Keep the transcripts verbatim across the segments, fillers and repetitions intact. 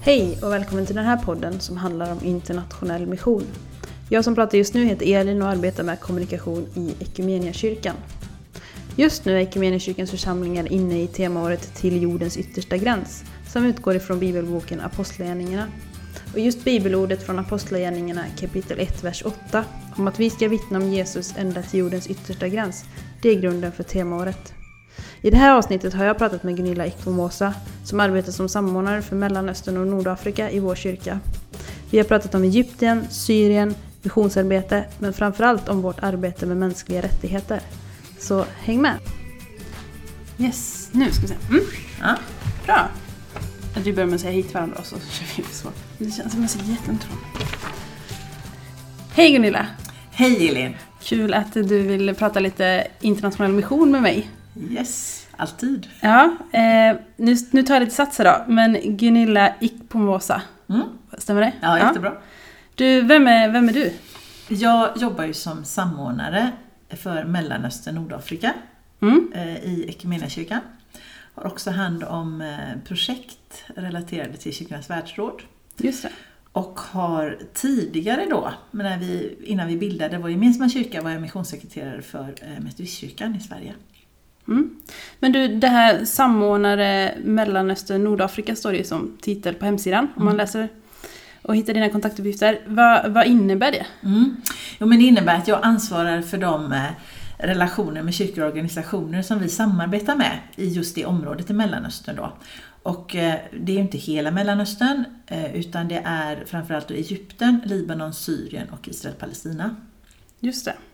Hej och välkommen till den här podden som handlar om internationell mission. Jag som pratar just nu heter Elin och arbetar med kommunikation i Equmeniakyrkan. Just nu är Equmeniakyrkans församlingar inne i temaåret Till jordens yttersta gräns, som utgår ifrån bibelboken Apostlagärningarna. Och just bibelordet från Apostlagärningarna kapitel ett, vers åtta, om att vi ska vittna om Jesus ända till jordens yttersta gräns, det är grunden för temaåret. I det här avsnittet har jag pratat med Gunilla Ikpomosa som arbetar som samordnare för Mellanöstern och Nordafrika i vår kyrka. Vi har pratat om Egypten, Syrien, missionsarbete, men framförallt om vårt arbete med mänskliga rättigheter. Så häng med! Yes, nu ska vi se. Mm. Ja, bra. Att vi börjar med att säga hej till varandra och så kör vi så. Det känns som jag sitter jätteintront. Hej Gunilla! Hej Elin! Kul att du vill prata lite internationell mission med mig. Yes, alltid. Ja, eh, nu, nu tar jag lite satser då. Men Gunilla Ikpomosa, mm. stämmer det? Ja, jättebra. Ja. Du, vem är, vem är du? Jag jobbar ju som samordnare för Mellanöstern och Nordafrika mm. eh, i Equmeniakyrkan. Har också hand om eh, projekt relaterade till Kyrkornas världsråd. Just det. Och har tidigare då, men när vi, innan vi bildade vår gemensamma kyrka, var jag missionssekreterare för eh, Metodistkyrkan i Sverige. Mm. Men du, det här samordnare Mellanöstern Nordafrika står det ju som titel på hemsidan om man läser och hittar dina kontaktuppgifter. Vad, vad innebär det? Mm. Jo, men det innebär att jag ansvarar för de eh, relationer med kyrkor och organisationer som vi samarbetar med i just det området i Mellanöstern då. Och eh, det är inte hela Mellanöstern eh, utan det är framförallt Egypten, Libanon, Syrien och Israel-Palestina. Just det.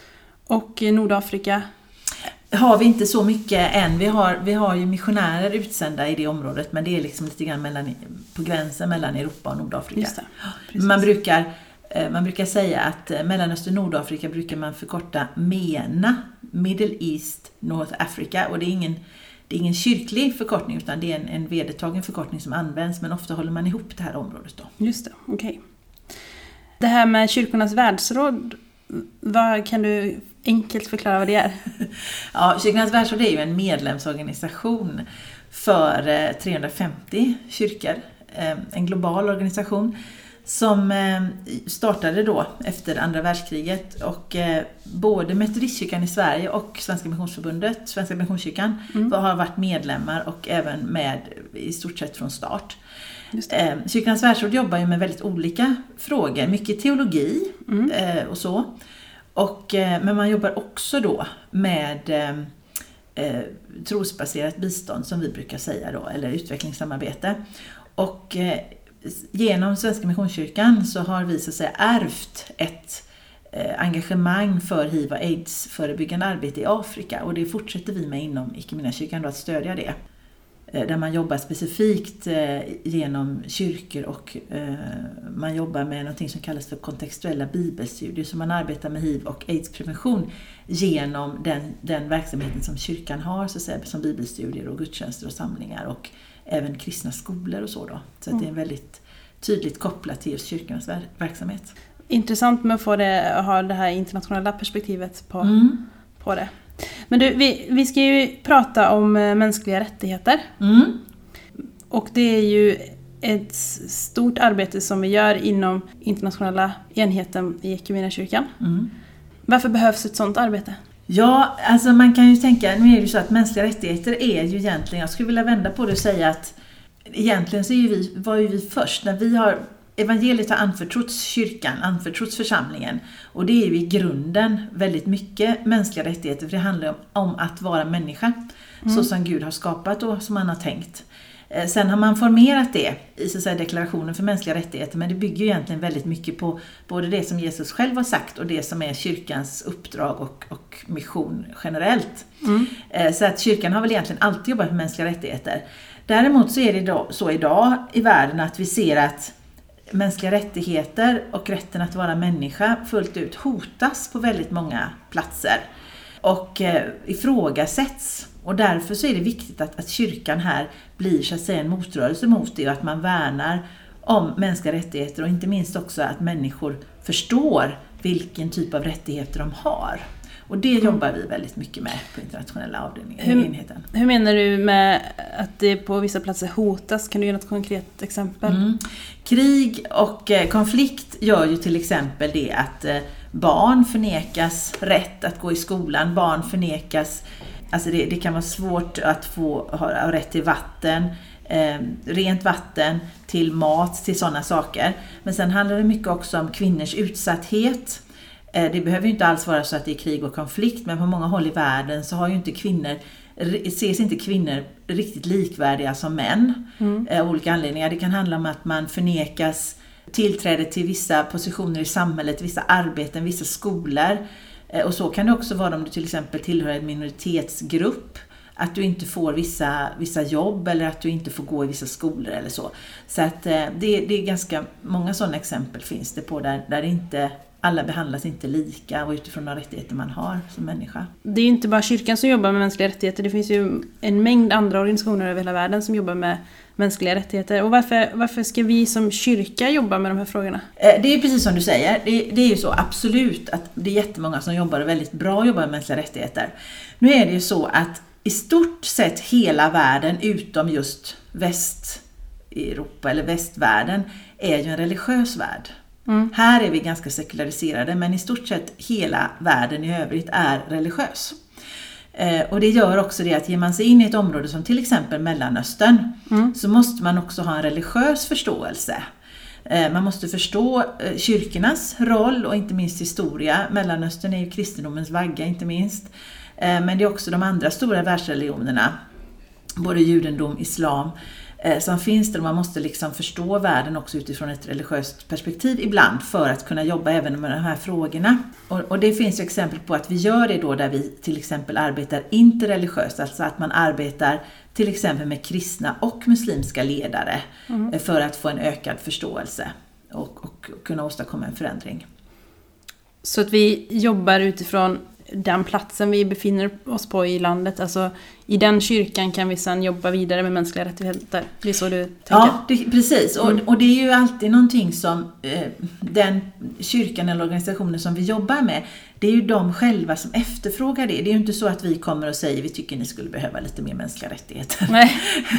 Och Nordafrika? Har vi inte så mycket än. Vi har, vi har ju missionärer utsända i det området, men det är liksom lite grann mellan, på gränsen mellan Europa och Nordafrika. Just det. Man brukar, man brukar säga att Mellanöstern och Nordafrika brukar man förkorta MENA, Middle East North Africa, och det är ingen, det är ingen kyrklig förkortning utan det är en, en vedertagen förkortning som används, men ofta håller man ihop det här området då. Just det, okej. Okay. Det här med Kyrkornas världsråd, vad kan du enkelt förklara vad det är? Ja, Kyrkornas världsråd är ju en medlemsorganisation för trehundrafemtio kyrkor. En global organisation som startade då efter andra världskriget, och både Metodistkyrkan i Sverige och Svenska missionsförbundet, Svenska missionskyrkan mm. har varit medlemmar och även med i stort sett från start. Kyrkornas världsråd jobbar ju med väldigt olika frågor, mycket teologi mm. och så. Och, men man jobbar också då med eh, trosbaserat bistånd som vi brukar säga då, eller utvecklingssamarbete. Och eh, genom Svenska missionskyrkan så har vi så att säga ärvt ett eh, engagemang för H I V och AIDS förebyggande arbete i Afrika, och det fortsätter vi med inom Equmeniakyrkan då, att stödja det. Där man jobbar specifikt genom kyrkor och man jobbar med något som kallas för kontextuella bibelstudier. Så man arbetar med H I V och AIDS-prevention genom den, den verksamheten som kyrkan har, så att säga, som bibelstudier och gudstjänster och samlingar och även kristna skolor och så då. Så att det är väldigt tydligt kopplat till just kyrkans verksamhet. Intressant med att få det, ha det här internationella perspektivet på, mm. på det. Men du, vi, vi ska ju prata om mänskliga rättigheter. Mm. Och det är ju ett stort arbete som vi gör inom internationella enheten i Equmeniakyrkan. Mm. Varför behövs ett sådant arbete? Ja, alltså man kan ju tänka, nu är det ju så att mänskliga rättigheter är ju egentligen, jag skulle vilja vända på det och säga att egentligen så är ju vi, var ju vi först när vi har evangeliet har anförtrotts kyrkan, anförtrotts församlingen, och det är ju i grunden väldigt mycket mänskliga rättigheter, för det handlar om, om att vara människa mm. så som Gud har skapat och som han har tänkt. Eh, sen har man formerat det i så att säga, deklarationen för mänskliga rättigheter, men det bygger ju egentligen väldigt mycket på både det som Jesus själv har sagt och det som är kyrkans uppdrag och, och mission generellt. Mm. Eh, så att kyrkan har väl egentligen alltid jobbat med mänskliga rättigheter. Däremot så är det då, så idag i världen att vi ser att mänskliga rättigheter och rätten att vara människa fullt ut hotas på väldigt många platser och eh, ifrågasätts. Och därför så är det viktigt att, att kyrkan här blir så att säga en motrörelse mot det, och att man värnar om mänskliga rättigheter, och inte minst också att människor förstår vilken typ av rättigheter de har. Och det mm. jobbar vi väldigt mycket med på internationella avdelningen. Hur, enheten. hur menar du med att det på vissa platser hotas? Kan du ge något konkret exempel? Mm. Krig och eh, konflikt gör ju till exempel det att eh, barn förnekas rätt att gå i skolan. Barn förnekas, alltså det, det kan vara svårt att få ha rätt till vatten, eh, rent vatten, till mat, till sådana saker. Men sen handlar det mycket också om kvinnors utsatthet. Eh, det behöver ju inte alls vara så att det är krig och konflikt, men på många håll i världen så har ju inte kvinnor, ses inte kvinnor riktigt likvärdiga som män. Mm. Eh, av olika anledningar. Det kan handla om att man förnekas tillträde till vissa positioner i samhället, vissa arbeten, vissa skolor. Eh, och så kan det också vara om du till exempel tillhör en minoritetsgrupp. Att du inte får vissa, vissa jobb eller att du inte får gå i vissa skolor eller så. Så att eh, det, det är ganska många sådana exempel finns det på där, där inte, alla behandlas inte lika och utifrån de rättigheter man har som människa. Det är ju inte bara kyrkan som jobbar med mänskliga rättigheter. Det finns ju en mängd andra organisationer över hela världen som jobbar med mänskliga rättigheter. Och varför, varför ska vi som kyrka jobba med de här frågorna? Eh, det är precis som du säger. Det, det är ju så absolut att det är jättemånga som jobbar väldigt bra och jobbar med mänskliga rättigheter. Nu är det ju så att i stort sett hela världen utom just Västeuropa eller västvärlden är ju en religiös värld. Mm. Här är vi ganska sekulariserade, men i stort sett hela världen i övrigt är religiös. Eh, och det gör också det att ger man sig in i ett område som till exempel Mellanöstern mm. så måste man också ha en religiös förståelse. Eh, man måste förstå eh, kyrkornas roll och inte minst historia. Mellanöstern är ju kristendomens vagga inte minst. Men det är också de andra stora världsreligionerna, både judendom, islam, som finns där. Man måste liksom förstå världen också utifrån ett religiöst perspektiv ibland för att kunna jobba även med de här frågorna. Och, och det finns ju exempel på att vi gör det då där vi till exempel arbetar interreligiöst, alltså att man arbetar till exempel med kristna och muslimska ledare mm. för att få en ökad förståelse och, och kunna åstadkomma en förändring. Så att vi jobbar utifrån den platsen vi befinner oss på i landet, alltså i den kyrkan kan vi sedan jobba vidare med mänskliga rättigheter. Det är så du tänker? Ja, det, precis. Och, och det är ju alltid någonting som eh, den kyrkan eller organisationen som vi jobbar med, det är ju de själva som efterfrågar det. Det är ju inte så att vi kommer och säger vi tycker ni skulle behöva lite mer mänskliga rättigheter. Nej.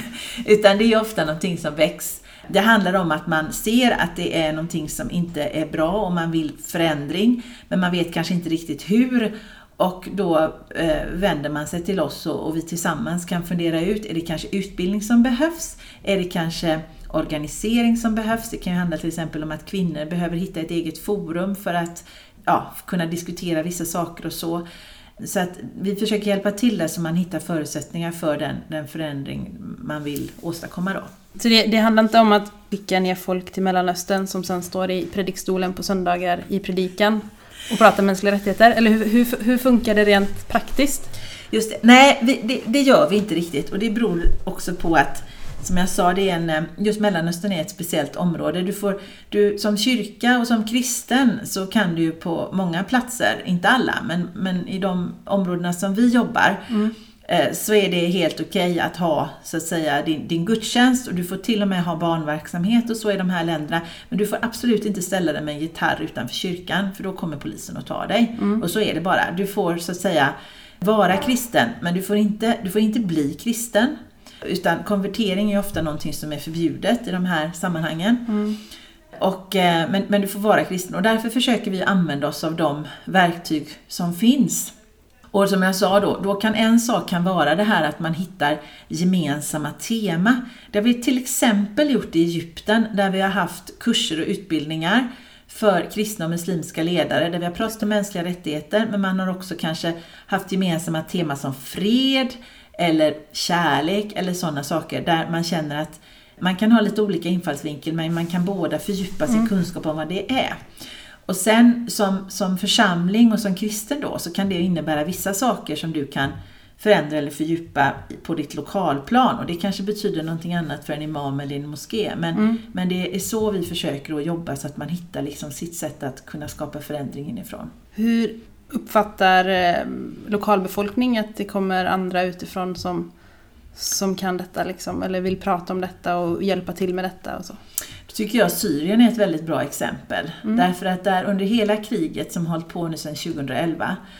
Utan det är ju ofta någonting som väcks. Det handlar om att man ser att det är någonting som inte är bra och man vill förändring, men man vet kanske inte riktigt hur. Och då eh, vänder man sig till oss och, och vi tillsammans kan fundera ut, är det kanske utbildning som behövs? Är det kanske organisering som behövs? Det kan ju handla till exempel om att kvinnor behöver hitta ett eget forum för att ja, kunna diskutera vissa saker och så. Så att vi försöker hjälpa till där så man hittar förutsättningar för den, den förändring man vill åstadkomma då. Så det, det handlar inte om att skicka ner folk till Mellanöstern som sen står i predikstolen på söndagar i predikan och pratar mänskliga rättigheter? Eller hur, hur, hur funkar det rent praktiskt? Just det. Nej, vi, det, det gör vi inte riktigt. Och det beror också på att, som jag sa, det är en, just Mellanöstern är ett speciellt område. Du får, du, som kyrka och som kristen så kan du på många platser, inte alla, men, men i de områdena som vi jobbar mm. eh, så är det helt okej att ha så att säga din, din gudstjänst, och du får till och med ha barnverksamhet och så i de här länderna. Men du får absolut inte ställa dig med en gitarr utanför kyrkan, för då kommer polisen att ta dig. Mm. Och så är det bara. Du får så att säga vara kristen, men du får inte, du får inte bli kristen. Utan konvertering är ofta någonting som är förbjudet i de här sammanhangen. Mm. Och, men, men du får vara kristen. Och därför försöker vi använda oss av de verktyg som finns. Och som jag sa då, då kan en sak kan vara det här att man hittar gemensamma tema. Det har vi till exempel gjort i Egypten, där vi har haft kurser och utbildningar för kristna och muslimska ledare, där vi har pratat om mänskliga rättigheter, men man har också kanske haft gemensamma teman som fred eller kärlek eller sådana saker, där man känner att man kan ha lite olika infallsvinkel, men man kan båda fördjupa sin mm. kunskap om vad det är. Och sen som, som församling och som kristen då, så kan det innebära vissa saker som du kan förändra eller fördjupa på ditt lokalplan. Och det kanske betyder någonting annat för en imam eller en moské. Men, mm. men det är så vi försöker att jobba, så att man hittar liksom sitt sätt att kunna skapa förändring inifrån. Hur uppfattar eh, lokalbefolkning att det kommer andra utifrån som, som kan detta liksom, eller vill prata om detta och hjälpa till med detta och så? Då tycker jag Syrien är ett väldigt bra exempel. Mm. Därför att där under hela kriget som hållit på nu sedan tjugohundraelva,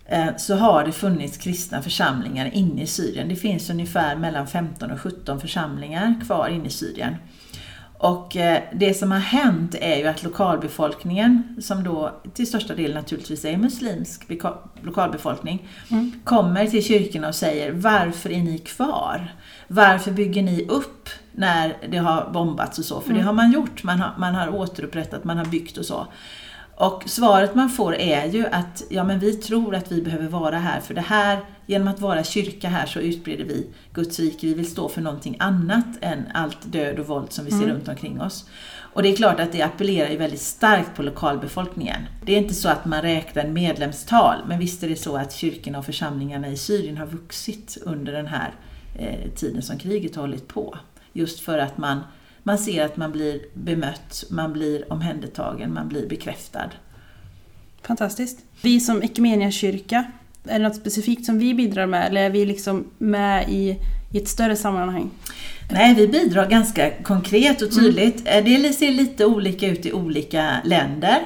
så har det funnits kristna församlingar inne i Syrien. Det finns ungefär mellan femton och sjutton församlingar kvar inne i Syrien. Och det som har hänt är ju att lokalbefolkningen, som då till största del naturligtvis är muslimsk lokalbefolkning, mm. kommer till kyrkorna och säger: varför är ni kvar? Varför bygger ni upp när det har bombats och så? För mm. det har man gjort, man har, man har återupprättat, man har byggt och så. Och svaret man får är ju att ja, men vi tror att vi behöver vara här för det här. Genom att vara kyrka här så utbreder vi Guds rike. Vi vill stå för någonting annat än allt död och våld som vi ser mm. runt omkring oss. Och det är klart att det appellerar ju väldigt starkt på lokalbefolkningen. Det är inte så att man räknar medlemstal, men visst är det så att kyrkorna och församlingarna i Syrien har vuxit under den här eh, tiden som kriget har hållit på. Just för att man Man ser att man blir bemött, man blir omhändertagen, man blir bekräftad. Fantastiskt. Vi som Equmeniakyrka, är det något specifikt som vi bidrar med? Eller är vi liksom med i, i ett större sammanhang? Nej, vi bidrar ganska konkret och tydligt. Mm. Det ser lite olika ut i olika länder.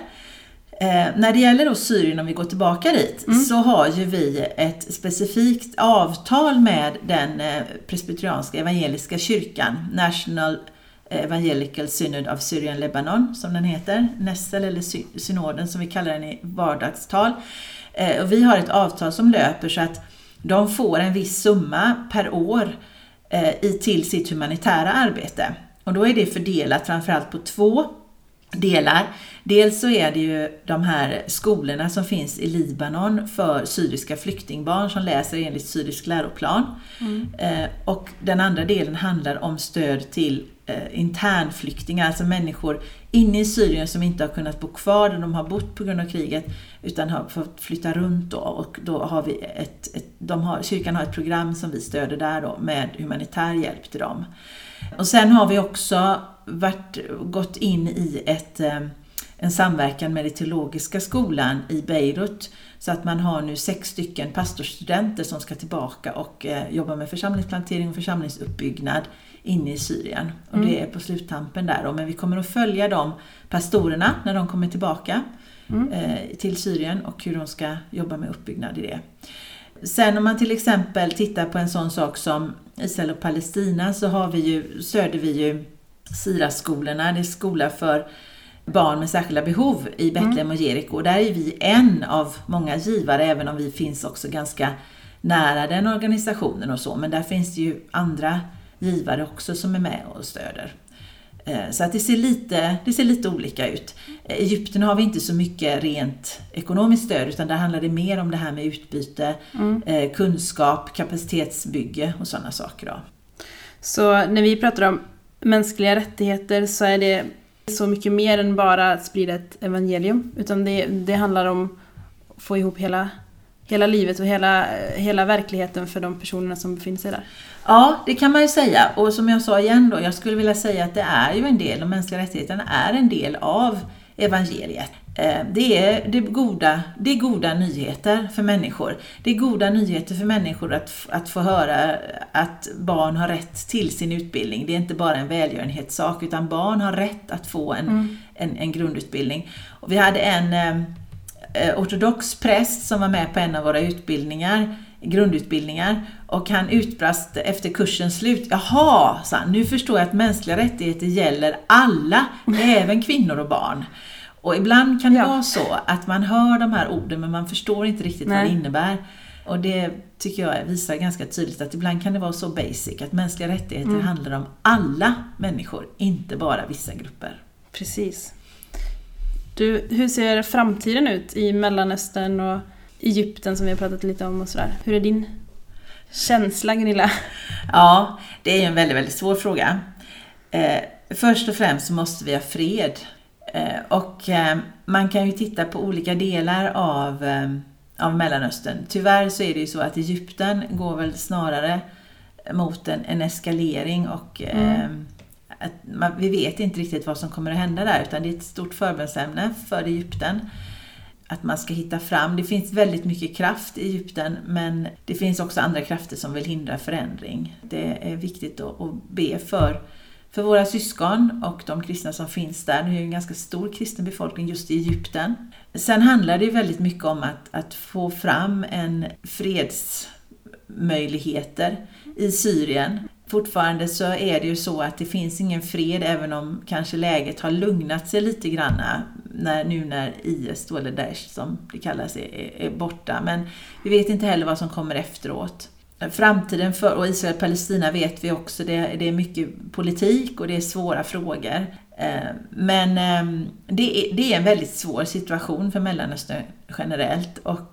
Eh, när det gäller då Syrien, om vi går tillbaka dit, mm. så har ju vi ett specifikt avtal med den eh, presbyterianska evangeliska kyrkan, National Evangelical Synod of Syrian Lebanon, som den heter, Nessel eller synoden som vi kallar den i vardagstal. Eh, och vi har ett avtal som löper så att de får en viss summa per år eh, i till sitt humanitära arbete. Och då är det fördelat framförallt på två delar. Dels så är det ju de här skolorna som finns i Libanon för syriska flyktingbarn som läser enligt syrisk läroplan. Mm. Eh, och den andra delen handlar om stöd till eh, internflyktingar, alltså människor inne i Syrien som inte har kunnat bo kvar där de har bott på grund av kriget utan har fått flytta runt då. Och då har vi ett, ett de har, kyrkan har ett program som vi stöder där då med humanitär hjälp till dem. Och sen har vi också varit, gått in i ett, en samverkan med den teologiska skolan i Beirut, så att man har nu sex stycken pastorstudenter som ska tillbaka och eh, jobba med församlingsplantering och församlingsuppbyggnad inne i Syrien. Och mm. det är på sluttampen där då. Men vi kommer att följa de pastorerna när de kommer tillbaka mm. eh, till Syrien och hur de ska jobba med uppbyggnad i det. Sen om man till exempel tittar på en sån sak som Israel och Palestina, så har vi ju, stöder vi ju Sira-skolorna. Det är skola för barn med särskilda behov i Betlehem och Jeriko. Där är vi en av många givare, även om vi finns också ganska nära den organisationen och så. Men där finns det ju andra givare också som är med och stöder. Så att det ser lite, det ser lite olika ut. I Egypten har vi inte så mycket rent ekonomiskt stöd, utan där handlar det mer om det här med utbyte, mm. kunskap, kapacitetsbygge och sådana saker då. Så när vi pratar om mänskliga rättigheter så är det så mycket mer än bara att sprida ett evangelium, utan det, det handlar om att få ihop hela, hela livet och hela, hela verkligheten för de personerna som befinner sig där. Ja, det kan man ju säga. Och som jag sa igen då, jag skulle vilja säga att det är ju en del, de mänskliga rättigheterna är en del av evangeliet. Det är, det, är goda, det är goda nyheter för människor. Det är goda nyheter för människor att, att få höra att barn har rätt till sin utbildning. Det är inte bara en välgörenhetssak, utan barn har rätt att få en, mm. en, en grundutbildning. Och vi hade en eh, ortodox präst som var med på en av våra utbildningar, grundutbildningar, och han utbrast efter kursens slut: jaha, så nu förstår jag att mänskliga rättigheter gäller alla, även kvinnor och barn. Och ibland kan det ja. vara så att man hör de här orden men man förstår inte riktigt Nej. vad det innebär. Och det tycker jag visar ganska tydligt att ibland kan det vara så basic att mänskliga rättigheter mm. handlar om alla människor, inte bara vissa grupper. Precis. Du, hur ser framtiden ut i Mellanöstern och Egypten som vi har pratat lite om och sådär? Hur är din känsla, Gunilla? Ja, det är ju en väldigt, väldigt svår fråga. Eh, först och främst så måste vi ha fred. Eh, och eh, man kan ju titta på olika delar av, eh, av Mellanöstern. Tyvärr så är det ju så att Egypten går väl snarare mot en, en eskalering och eh, mm. att man, vi vet inte riktigt vad som kommer att hända där, utan det är ett stort förbönsämne för Egypten att man ska hitta fram. Det finns väldigt mycket kraft i Egypten, men det finns också andra krafter som vill hindra förändring. Det är viktigt att, att be för för våra syskon och de kristna som finns där. Nu är det en ganska stor kristen befolkning just i Egypten. Sen handlar det väldigt mycket om att, att få fram en fredsmöjligheter i Syrien. Fortfarande så är det ju så att det finns ingen fred, även om kanske läget har lugnat sig lite grann när, nu när I S, eller Daesh som det kallas, är, är borta. Men vi vet inte heller vad som kommer efteråt. Framtiden för och Israel och Palestina vet vi också, det, det är mycket politik och det är svåra frågor. Men det är, det är en väldigt svår situation för Mellanöstern generellt, och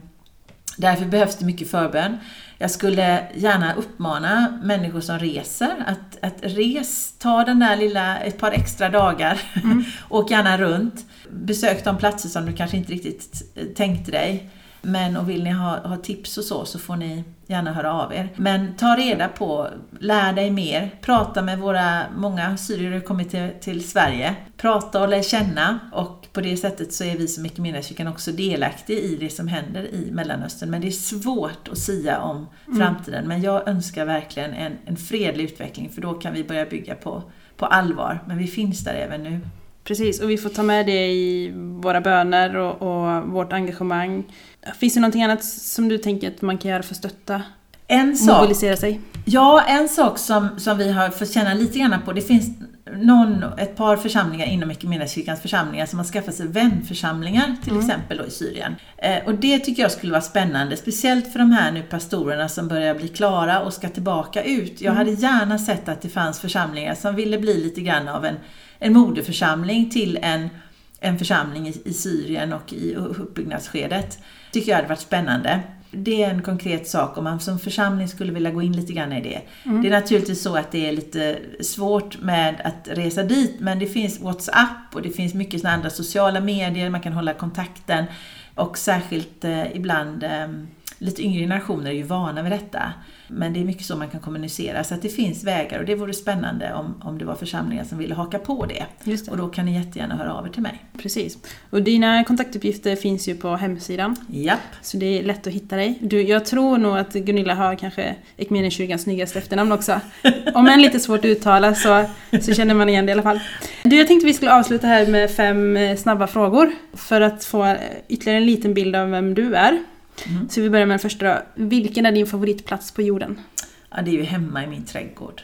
därför behövs det mycket förbön. Jag skulle gärna uppmana människor som reser att, att res, ta den där lilla, ett par extra dagar mm. och gärna runt. Besök de platser som du kanske inte riktigt tänkte dig. Men och vill ni ha, ha tips och så, så får ni gärna höra av er. Men ta reda på, lär dig mer, prata med våra många syrier som kommit till, till Sverige. Prata och lär känna, och på det sättet så är vi som Equmeniakyrkan också delaktiga i det som händer i Mellanöstern. Men det är svårt att sia om mm. framtiden. Men jag önskar verkligen en, en fredlig utveckling, för då kan vi börja bygga på, på allvar. Men vi finns där även nu. Precis, och vi får ta med det i våra böner och, och vårt engagemang. Finns det någonting annat som du tänker att man kan göra för att stötta? En sak, mobilisera sig? Ja, en sak som, som vi har fått känna lite grann på. Det finns någon, ett par församlingar inom Equmeniakyrkans församlingar som har skaffat sig vänförsamlingar till mm. exempel då i Syrien. Eh, och det tycker jag skulle vara spännande. Speciellt för de här nu pastorerna som börjar bli klara och ska tillbaka ut. Jag mm. hade gärna sett att det fanns församlingar som ville bli lite grann av en, en moderförsamling till en, en församling i, i Syrien och i uppbyggnadsskedet. Tycker jag hade varit spännande. Det är en konkret sak om man som församling skulle vilja gå in lite grann i det. Mm. Det är naturligtvis så att det är lite svårt med att resa dit, men det finns WhatsApp och det finns mycket sådana andra sociala medier, man kan hålla kontakten, och särskilt eh, ibland eh, lite yngre generationer är ju vana vid detta. Men det är mycket så man kan kommunicera, så att det finns vägar, och det vore spännande om, om det var församlingar som ville haka på det. Just det. Och då kan ni jättegärna höra av er till mig. Precis. Och dina kontaktuppgifter finns ju på hemsidan. Japp. Så det är lätt att hitta dig. Du, jag tror nog att Gunilla har kanske Equmeniakyrkans snyggaste efternamn också. Om än lite svårt att uttala så, så känner man igen det i alla fall. Du, jag tänkte vi skulle avsluta här med fem snabba frågor för att få ytterligare en liten bild av vem du är. Mm. Så vi börjar med den första då. Vilken är din favoritplats på jorden? Ja, det är ju hemma i min trädgård.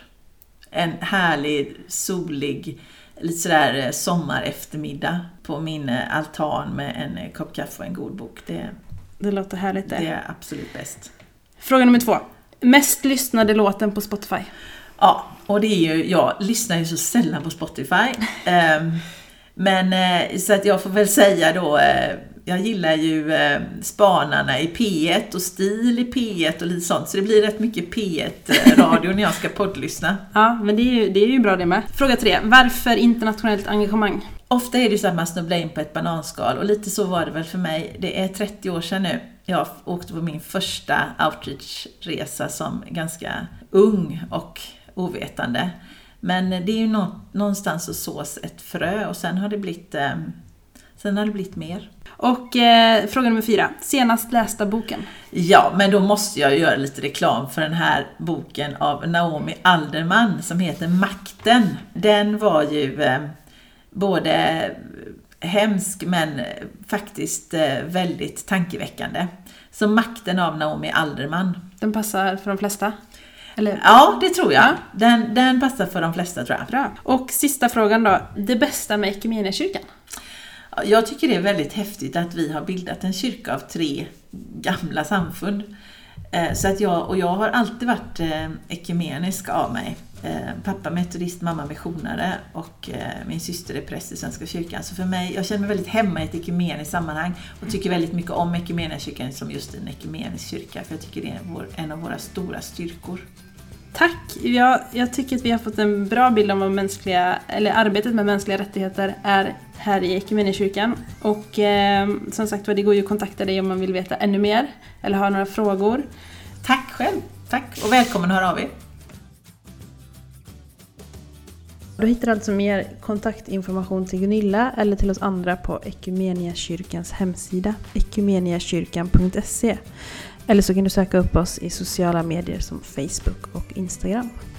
En härlig, solig, lite sådär sommar eftermiddag på min altan med en kopp kaffe och en god bok. Det, det låter härligt det. Det är absolut bäst. Fråga nummer två. Mest lyssnade låten på Spotify? Ja, och det är ju, jag lyssnar ju så sällan på Spotify. um, men så att jag får väl säga då... Uh, Jag gillar ju eh, spanarna i P ett och stil i P ett och lite sånt. Så det blir rätt mycket P ett-radio när jag ska poddlyssna. Ja, men det är, ju, det är ju bra det med. Fråga tre. Varför internationellt engagemang? Ofta är det så att man snubblar in på ett bananskal. Och lite så var det väl för mig. Det är trettio år sedan nu. Jag åkte på min första outreach-resa som ganska ung och ovetande. Men det är ju nå- någonstans att sås ett frö. Och sen har det blivit, eh, sen har det blivit mer. Och eh, fråga nummer fyra. Senast lästa boken? Ja, men då måste jag göra lite reklam för den här boken av Naomi Alderman som heter Makten. Den var ju eh, både hemsk men faktiskt eh, väldigt tankeväckande. Så Makten av Naomi Alderman. Den passar för de flesta? Eller? Ja, det tror jag. Ja. Den, den passar för de flesta, tror jag. Bra. Och sista frågan då. Det bästa med Equmeniakyrkan? Jag tycker det är väldigt häftigt att vi har bildat en kyrka av tre gamla samfund. Så att jag, och jag har alltid varit ekumenisk av mig. Pappa metodist, mamma missionare och min syster är präst i Svenska kyrkan. Så för mig, jag känner mig väldigt hemma i ett ekumeniskt sammanhang och tycker väldigt mycket om Equmeniakyrkan som just en ekumenisk kyrka. För jag tycker det är vår, en av våra stora styrkor. Tack! Jag, jag tycker att vi har fått en bra bild om vad mänskliga, eller arbetet med mänskliga rättigheter är här i Equmeniakyrkan. Och eh, som sagt, det går ju att kontakta dig om man vill veta ännu mer eller ha några frågor. Tack själv! Tack och välkommen att höra av er! Du hittar alltså mer kontaktinformation till Gunilla eller till oss andra på Equmeniakyrkans hemsida equmeniakyrkan punkt se. Eller så kan du söka upp oss i sociala medier som Facebook och Instagram.